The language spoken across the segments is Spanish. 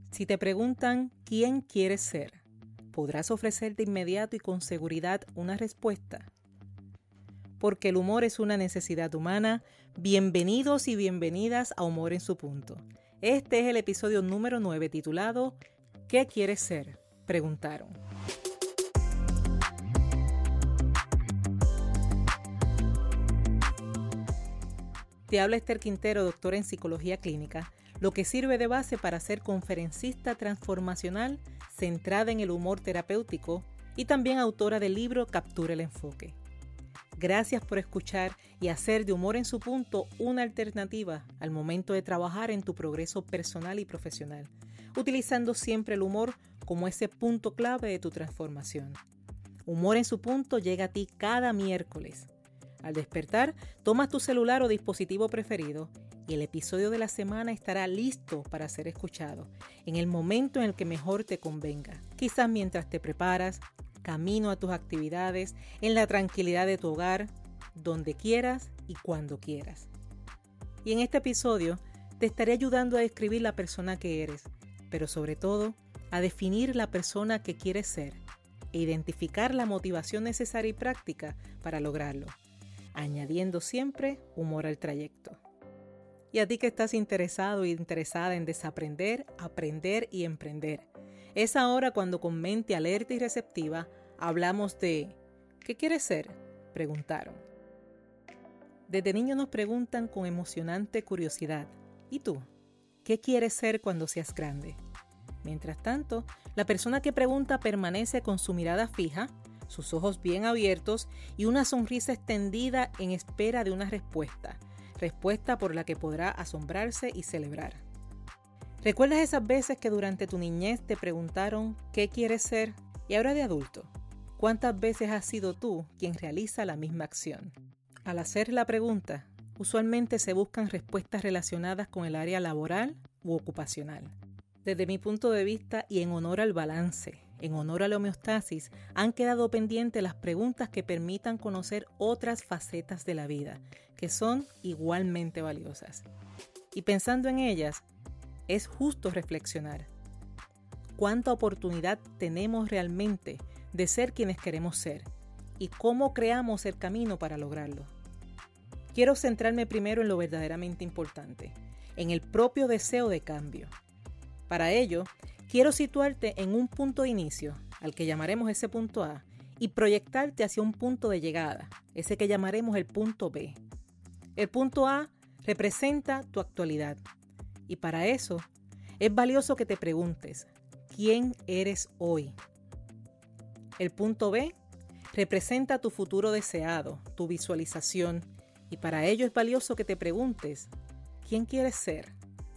Si te preguntan quién quieres ser, ¿podrás ofrecer de inmediato y con seguridad una respuesta? Porque el humor es una necesidad humana. Bienvenidos y bienvenidas a Humor en su punto. Este es el episodio número 9 titulado ¿Qué quieres ser?, preguntaron. Te habla Esther Quintero, doctora en psicología clínica, lo que sirve de base para ser conferencista transformacional centrada en el humor terapéutico y también autora del libro Captura el enfoque. Gracias por escuchar y hacer de Humor en su punto una alternativa al momento de trabajar en tu progreso personal y profesional, utilizando siempre el humor como ese punto clave de tu transformación. Humor en su punto llega a ti cada miércoles. Al despertar, tomas tu celular o dispositivo preferido y el episodio de la semana estará listo para ser escuchado en el momento en el que mejor te convenga. Quizás mientras te preparas, camino a tus actividades, en la tranquilidad de tu hogar, donde quieras y cuando quieras. Y en este episodio te estaré ayudando a describir la persona que eres, pero sobre todo a definir la persona que quieres ser e identificar la motivación necesaria y práctica para lograrlo, añadiendo siempre humor al trayecto. Y a ti que estás interesado e interesada en desaprender, aprender y emprender, es ahora cuando con mente alerta y receptiva hablamos de ¿qué quieres ser?, preguntaron. Desde niños nos preguntan con emocionante curiosidad, ¿y tú? ¿Qué quieres ser cuando seas grande? Mientras tanto, la persona que pregunta permanece con su mirada fija, sus ojos bien abiertos y una sonrisa extendida en espera de una respuesta por la que podrá asombrarse y celebrar. ¿Recuerdas esas veces que durante tu niñez te preguntaron ¿qué quieres ser? Y ahora de adulto, ¿cuántas veces has sido tú quien realiza la misma acción? Al hacer la pregunta, usualmente se buscan respuestas relacionadas con el área laboral u ocupacional. Desde mi punto de vista y en honor al balance, en honor a la homeostasis, han quedado pendientes las preguntas que permitan conocer otras facetas de la vida, que son igualmente valiosas. Y pensando en ellas, es justo reflexionar. ¿Cuánta oportunidad tenemos realmente de ser quienes queremos ser? ¿Y cómo creamos el camino para lograrlo? Quiero centrarme primero en lo verdaderamente importante, en el propio deseo de cambio. Para ello, quiero situarte en un punto de inicio, al que llamaremos ese punto A, y proyectarte hacia un punto de llegada, ese que llamaremos el punto B. El punto A representa tu actualidad, y para eso es valioso que te preguntes, ¿quién eres hoy? El punto B representa tu futuro deseado, tu visualización, y para ello es valioso que te preguntes, ¿quién quieres ser?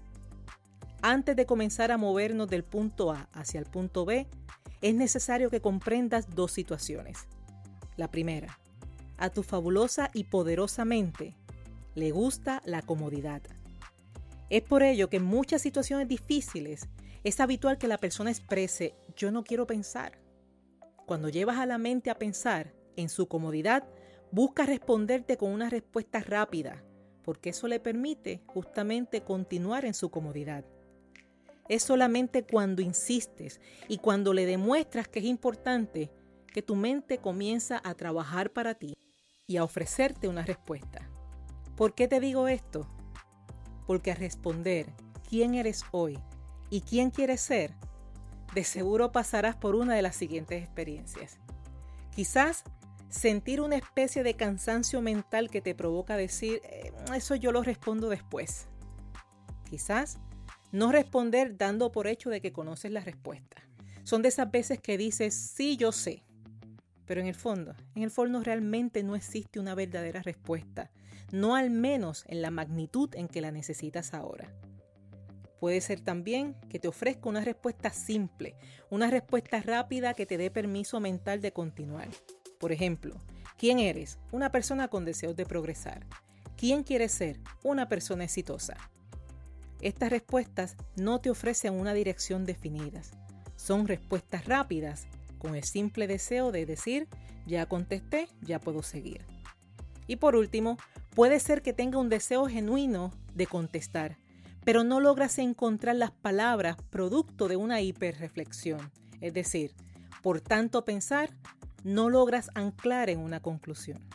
Antes de comenzar a movernos del punto A hacia el punto B, es necesario que comprendas dos situaciones. La primera, a tu fabulosa y poderosa mente le gusta la comodidad. Es por ello que en muchas situaciones difíciles es habitual que la persona exprese, yo no quiero pensar. Cuando llevas a la mente a pensar en su comodidad, busca responderte con una respuesta rápida, porque eso le permite justamente continuar en su comodidad. Es solamente cuando insistes y cuando le demuestras que es importante que tu mente comienza a trabajar para ti y a ofrecerte una respuesta. ¿Por qué te digo esto? Porque al responder quién eres hoy y quién quieres ser, de seguro pasarás por una de las siguientes experiencias. Quizás sentir una especie de cansancio mental que te provoca decir, eso yo lo respondo después. Quizás no responder dando por hecho de que conoces la respuesta. Son de esas veces que dices, sí, yo sé. Pero en el fondo realmente no existe una verdadera respuesta. No al menos en la magnitud en que la necesitas ahora. Puede ser también que te ofrezca una respuesta simple, una respuesta rápida que te dé permiso mental de continuar. Por ejemplo, ¿quién eres? Una persona con deseos de progresar. ¿Quién quieres ser? Una persona exitosa. Estas respuestas no te ofrecen una dirección definida. Son respuestas rápidas, con el simple deseo de decir, ya contesté, ya puedo seguir. Y por último, puede ser que tenga un deseo genuino de contestar, pero no logras encontrar las palabras producto de una hiperreflexión. Es decir, por tanto pensar, no logras anclar en una conclusión.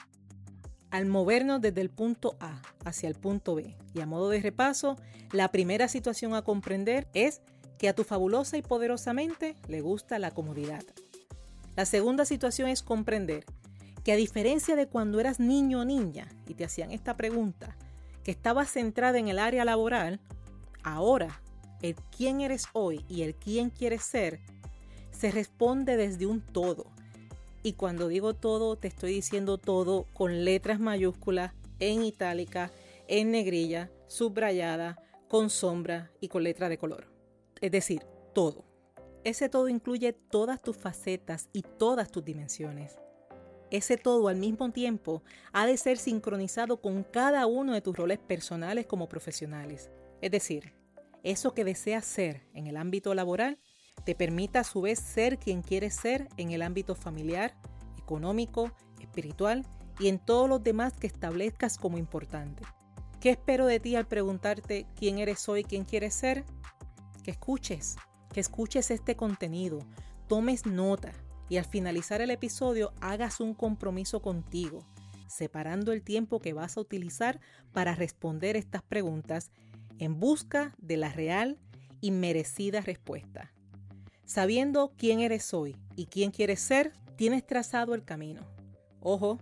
Al movernos desde el punto A hacia el punto B, y a modo de repaso, la primera situación a comprender es que a tu fabulosa y poderosa mente le gusta la comodidad. La segunda situación es comprender que a diferencia de cuando eras niño o niña y te hacían esta pregunta, que estabas centrada en el área laboral, ahora el quién eres hoy y el quién quieres ser se responde desde un todo. Y cuando digo todo, te estoy diciendo todo con letras mayúsculas, en itálica, en negrilla, subrayada, con sombra y con letra de color. Es decir, todo. Ese todo incluye todas tus facetas y todas tus dimensiones. Ese todo al mismo tiempo ha de ser sincronizado con cada uno de tus roles personales como profesionales. Es decir, eso que deseas ser en el ámbito laboral te permita a su vez ser quien quieres ser en el ámbito familiar, económico, espiritual y en todos los demás que establezcas como importante. ¿Qué espero de ti al preguntarte quién eres hoy, quién quieres ser? Que escuches este contenido, tomes nota y al finalizar el episodio hagas un compromiso contigo, separando el tiempo que vas a utilizar para responder estas preguntas en busca de la real y merecida respuesta. Sabiendo quién eres hoy y quién quieres ser, tienes trazado el camino. Ojo,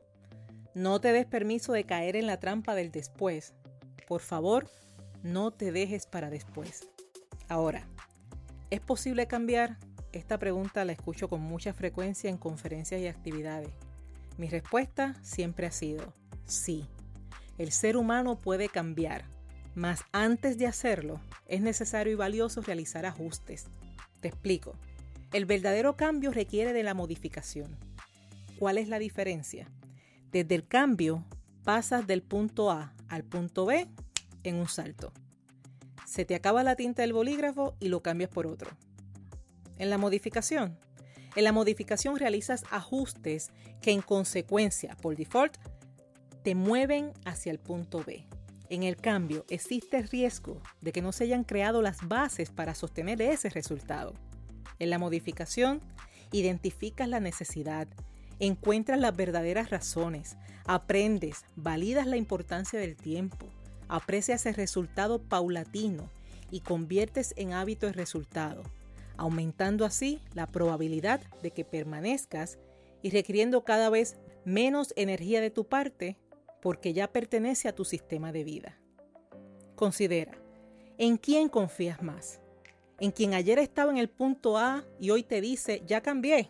no te des permiso de caer en la trampa del después. Por favor, no te dejes para después. Ahora, ¿es posible cambiar? Esta pregunta la escucho con mucha frecuencia en conferencias y actividades. Mi respuesta siempre ha sido sí. El ser humano puede cambiar, mas antes de hacerlo, es necesario y valioso realizar ajustes. Te explico. El verdadero cambio requiere de la modificación. ¿Cuál es la diferencia? Desde el cambio, pasas del punto A al punto B en un salto. Se te acaba la tinta del bolígrafo y lo cambias por otro. En la modificación realizas ajustes que en consecuencia, por default, te mueven hacia el punto B. En el cambio, existe el riesgo de que no se hayan creado las bases para sostener ese resultado. En la modificación, identificas la necesidad, encuentras las verdaderas razones, aprendes, validas la importancia del tiempo, aprecias el resultado paulatino y conviertes en hábito el resultado, aumentando así la probabilidad de que permanezcas y requiriendo cada vez menos energía de tu parte porque ya pertenece a tu sistema de vida. Considera, ¿en quién confías más? ¿En quien ayer estaba en el punto A y hoy te dice, ya cambié?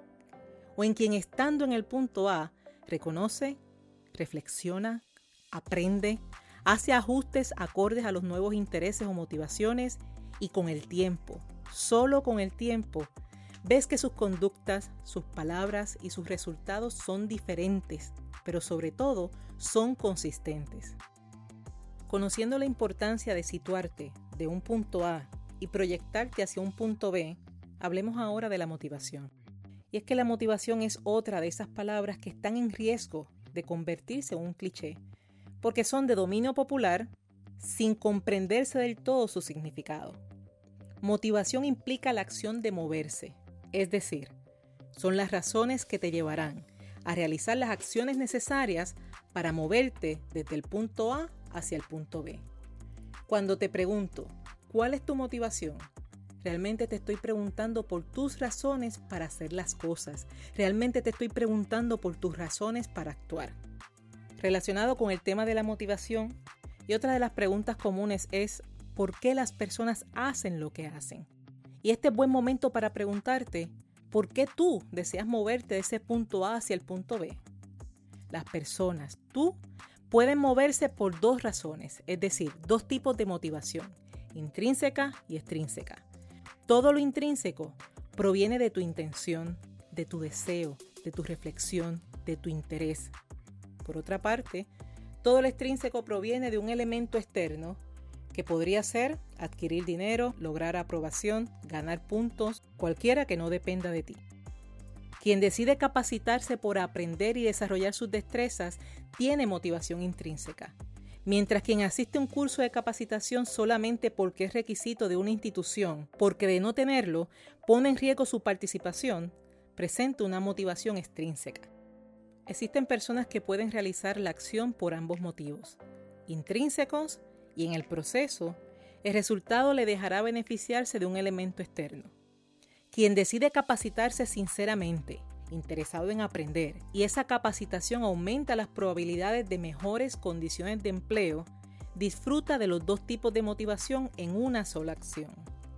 ¿O en quien estando en el punto A reconoce, reflexiona, aprende, hace ajustes acordes a los nuevos intereses o motivaciones y con el tiempo, solo con el tiempo, ves que sus conductas, sus palabras y sus resultados son diferentes, pero sobre todo son consistentes? Conociendo la importancia de situarte de un punto A y proyectarte hacia un punto B, hablemos ahora de la motivación. Y es que la motivación es otra de esas palabras que están en riesgo de convertirse en un cliché, porque son de dominio popular sin comprenderse del todo su significado. Motivación implica la acción de moverse, es decir, son las razones que te llevarán a realizar las acciones necesarias para moverte desde el punto A hacia el punto B. Cuando te pregunto, ¿cuál es tu motivación? Realmente te estoy preguntando por tus razones para hacer las cosas. Realmente te estoy preguntando por tus razones para actuar. Relacionado con el tema de la motivación, y otra de las preguntas comunes es ¿por qué las personas hacen lo que hacen? Y este es buen momento para preguntarte ¿por qué tú deseas moverte de ese punto A hacia el punto B? Las personas, tú, pueden moverse por dos razones, es decir, dos tipos de motivación, intrínseca y extrínseca. Todo lo intrínseco proviene de tu intención, de tu deseo, de tu reflexión, de tu interés. Por otra parte, todo lo extrínseco proviene de un elemento externo que podría ser adquirir dinero, lograr aprobación, ganar puntos, cualquiera que no dependa de ti. Quien decide capacitarse por aprender y desarrollar sus destrezas tiene motivación intrínseca, Mientras quien asiste a un curso de capacitación solamente porque es requisito de una institución, porque de no tenerlo pone en riesgo su participación, presenta una motivación extrínseca. Existen personas que pueden realizar la acción por ambos motivos, intrínsecos, y en el proceso, el resultado le dejará beneficiarse de un elemento externo. Quien decide capacitarse sinceramente, interesado en aprender, y esa capacitación aumenta las probabilidades de mejores condiciones de empleo, disfruta de los dos tipos de motivación en una sola acción.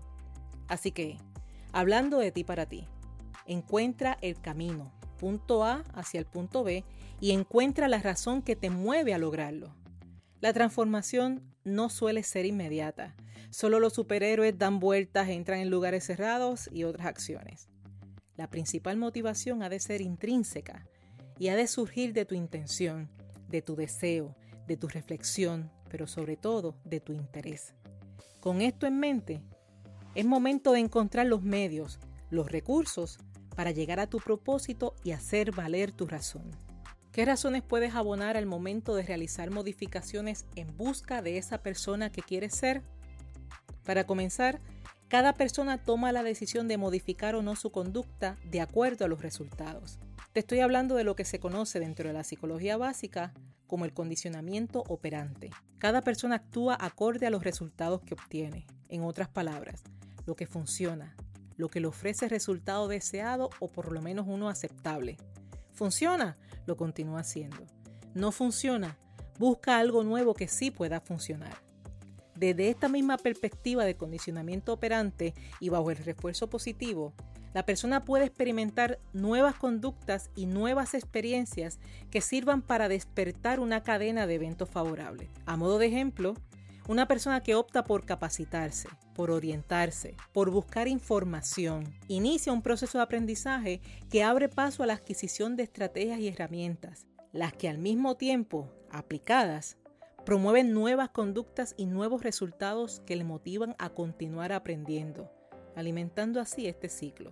Así que, hablando de ti para ti, encuentra el camino, punto A hacia el punto B, y encuentra la razón que te mueve a lograrlo. La transformación no suele ser inmediata. Solo los superhéroes dan vueltas, entran en lugares cerrados y otras acciones. La principal motivación ha de ser intrínseca y ha de surgir de tu intención, de tu deseo, de tu reflexión, pero sobre todo de tu interés. Con esto en mente, es momento de encontrar los medios, los recursos para llegar a tu propósito y hacer valer tu razón. ¿Qué razones puedes abonar al momento de realizar modificaciones en busca de esa persona que quieres ser? Para comenzar, cada persona toma la decisión de modificar o no su conducta de acuerdo a los resultados. Te estoy hablando de lo que se conoce dentro de la psicología básica como el condicionamiento operante. Cada persona actúa acorde a los resultados que obtiene. En otras palabras, lo que funciona, lo que le ofrece el resultado deseado o por lo menos uno aceptable. ¿Funciona? Lo continúa haciendo. ¿No funciona? Busca algo nuevo que sí pueda funcionar. Desde esta misma perspectiva de condicionamiento operante y bajo el refuerzo positivo, la persona puede experimentar nuevas conductas y nuevas experiencias que sirvan para despertar una cadena de eventos favorables. A modo de ejemplo, una persona que opta por capacitarse, por orientarse, por buscar información, inicia un proceso de aprendizaje que abre paso a la adquisición de estrategias y herramientas, las que al mismo tiempo, aplicadas, promueven nuevas conductas y nuevos resultados que le motivan a continuar aprendiendo, alimentando así este ciclo.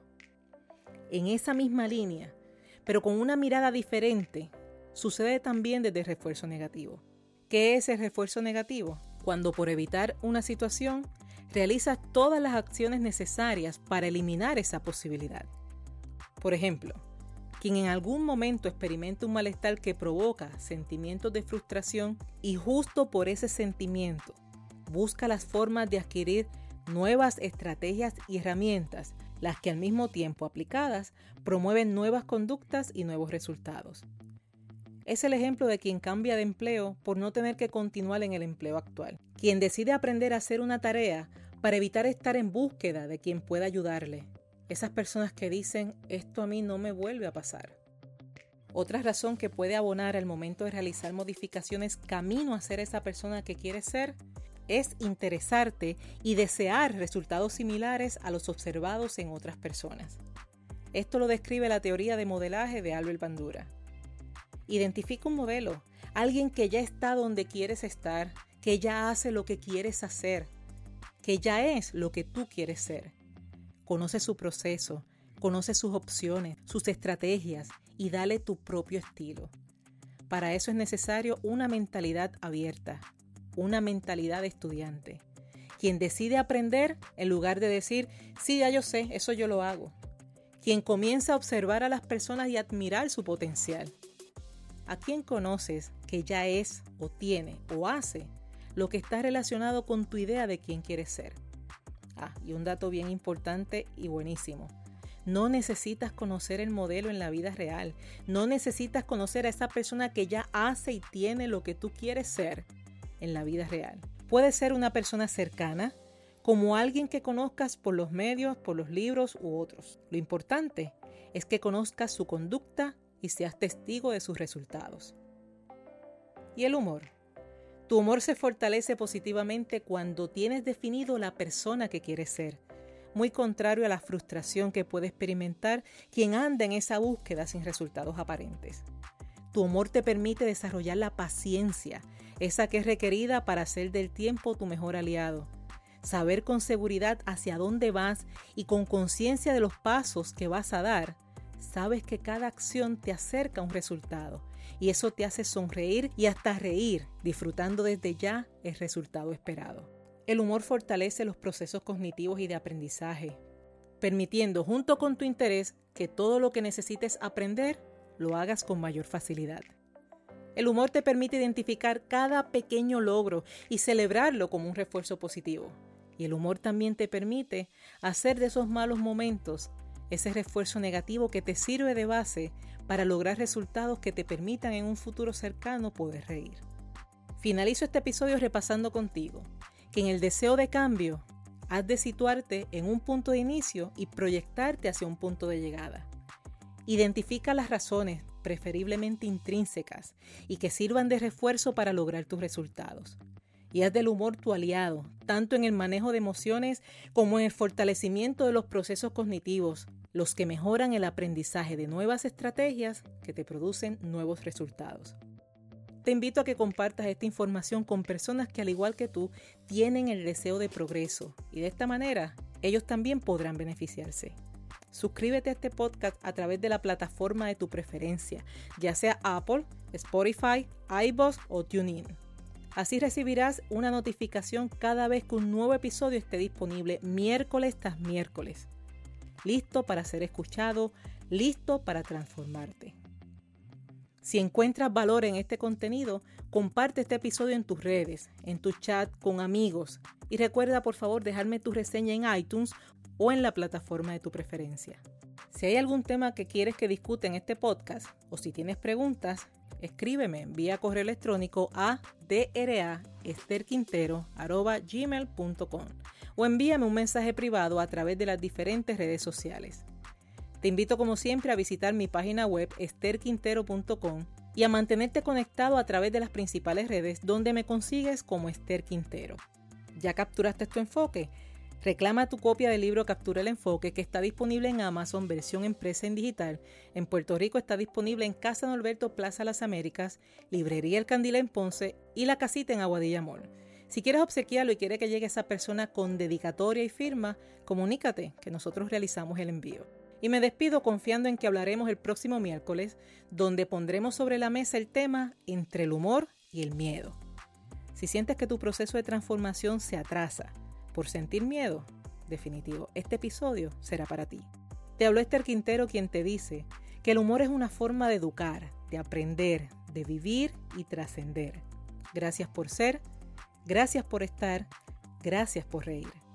En esa misma línea, pero con una mirada diferente, sucede también desde el refuerzo negativo. ¿Qué es el refuerzo negativo? Cuando por evitar una situación, realizas todas las acciones necesarias para eliminar esa posibilidad. Por ejemplo, quien en algún momento experimenta un malestar que provoca sentimientos de frustración y justo por ese sentimiento busca las formas de adquirir nuevas estrategias y herramientas, las que al mismo tiempo aplicadas promueven nuevas conductas y nuevos resultados. Es el ejemplo de quien cambia de empleo por no tener que continuar en el empleo actual. Quien decide aprender a hacer una tarea para evitar estar en búsqueda de quien pueda ayudarle. Esas personas que dicen, esto a mí no me vuelve a pasar. Otra razón que puede abonar al momento de realizar modificaciones camino a ser esa persona que quieres ser es interesarte y desear resultados similares a los observados en otras personas. Esto lo describe la teoría de modelaje de Albert Bandura. Identifica un modelo, alguien que ya está donde quieres estar, que ya hace lo que quieres hacer, que ya es lo que tú quieres ser. Conoce su proceso, conoce sus opciones, sus estrategias y dale tu propio estilo. Para eso es necesario una mentalidad abierta, una mentalidad de estudiante. Quien decide aprender en lugar de decir, sí, ya yo sé, eso yo lo hago. Quien comienza a observar a las personas y admirar su potencial. ¿A quién conoces que ya es o tiene o hace lo que está relacionado con tu idea de quién quieres ser? Y un dato bien importante y buenísimo. No necesitas conocer el modelo en la vida real. No necesitas conocer a esa persona que ya hace y tiene lo que tú quieres ser en la vida real. Puede ser una persona cercana, como alguien que conozcas por los medios, por los libros u otros. Lo importante es que conozcas su conducta y seas testigo de sus resultados. ¿Y el humor? Tu humor se fortalece positivamente cuando tienes definido la persona que quieres ser, muy contrario a la frustración que puede experimentar quien anda en esa búsqueda sin resultados aparentes. Tu humor te permite desarrollar la paciencia, esa que es requerida para hacer del tiempo tu mejor aliado. Saber con seguridad hacia dónde vas y con conciencia de los pasos que vas a dar, sabes que cada acción te acerca a un resultado y eso te hace sonreír y hasta reír, disfrutando desde ya el resultado esperado. El humor fortalece los procesos cognitivos y de aprendizaje, permitiendo junto con tu interés que todo lo que necesites aprender lo hagas con mayor facilidad. El humor te permite identificar cada pequeño logro y celebrarlo como un refuerzo positivo. Y el humor también te permite hacer de esos malos momentos ese refuerzo negativo que te sirve de base para lograr resultados que te permitan en un futuro cercano poder reír. Finalizo este episodio repasando contigo que en el deseo de cambio has de situarte en un punto de inicio y proyectarte hacia un punto de llegada. Identifica las razones, preferiblemente intrínsecas, y que sirvan de refuerzo para lograr tus resultados. Y haz del humor tu aliado, tanto en el manejo de emociones como en el fortalecimiento de los procesos cognitivos, los que mejoran el aprendizaje de nuevas estrategias que te producen nuevos resultados. Te invito a que compartas esta información con personas que, al igual que tú, tienen el deseo de progreso y de esta manera ellos también podrán beneficiarse. Suscríbete a este podcast a través de la plataforma de tu preferencia, ya sea Apple, Spotify, iVoox o TuneIn. Así recibirás una notificación cada vez que un nuevo episodio esté disponible miércoles tras miércoles. Listo para ser escuchado, listo para transformarte. Si encuentras valor en este contenido, comparte este episodio en tus redes, en tu chat con amigos y recuerda por favor dejarme tu reseña en iTunes o en la plataforma de tu preferencia. Si hay algún tema que quieres que discuta en este podcast o si tienes preguntas, escríbeme vía correo electrónico a draesterquintero@gmail.com o envíame un mensaje privado a través de las diferentes redes sociales. Te invito como siempre a visitar mi página web esterquintero.com y a mantenerte conectado a través de las principales redes donde me consigues como Ester Quintero. ¿Ya capturaste tu enfoque? Reclama tu copia del libro Captura el Enfoque, que está disponible en Amazon versión impresa en digital. En Puerto Rico está disponible en Casa Norberto Plaza Las Américas, Librería El Candil en Ponce y La Casita en Aguadilla Mall. Si quieres obsequiarlo y quieres que llegue a esa persona con dedicatoria y firma, comunícate que nosotros realizamos el envío. Y me despido confiando en que hablaremos el próximo miércoles, donde pondremos sobre la mesa el tema entre el humor y el miedo. Si sientes que tu proceso de transformación se atrasa por sentir miedo, definitivo, este episodio será para ti. Te habló Ester Quintero, quien te dice que el humor es una forma de educar, de aprender, de vivir y trascender. Gracias por ser, gracias por estar, gracias por reír.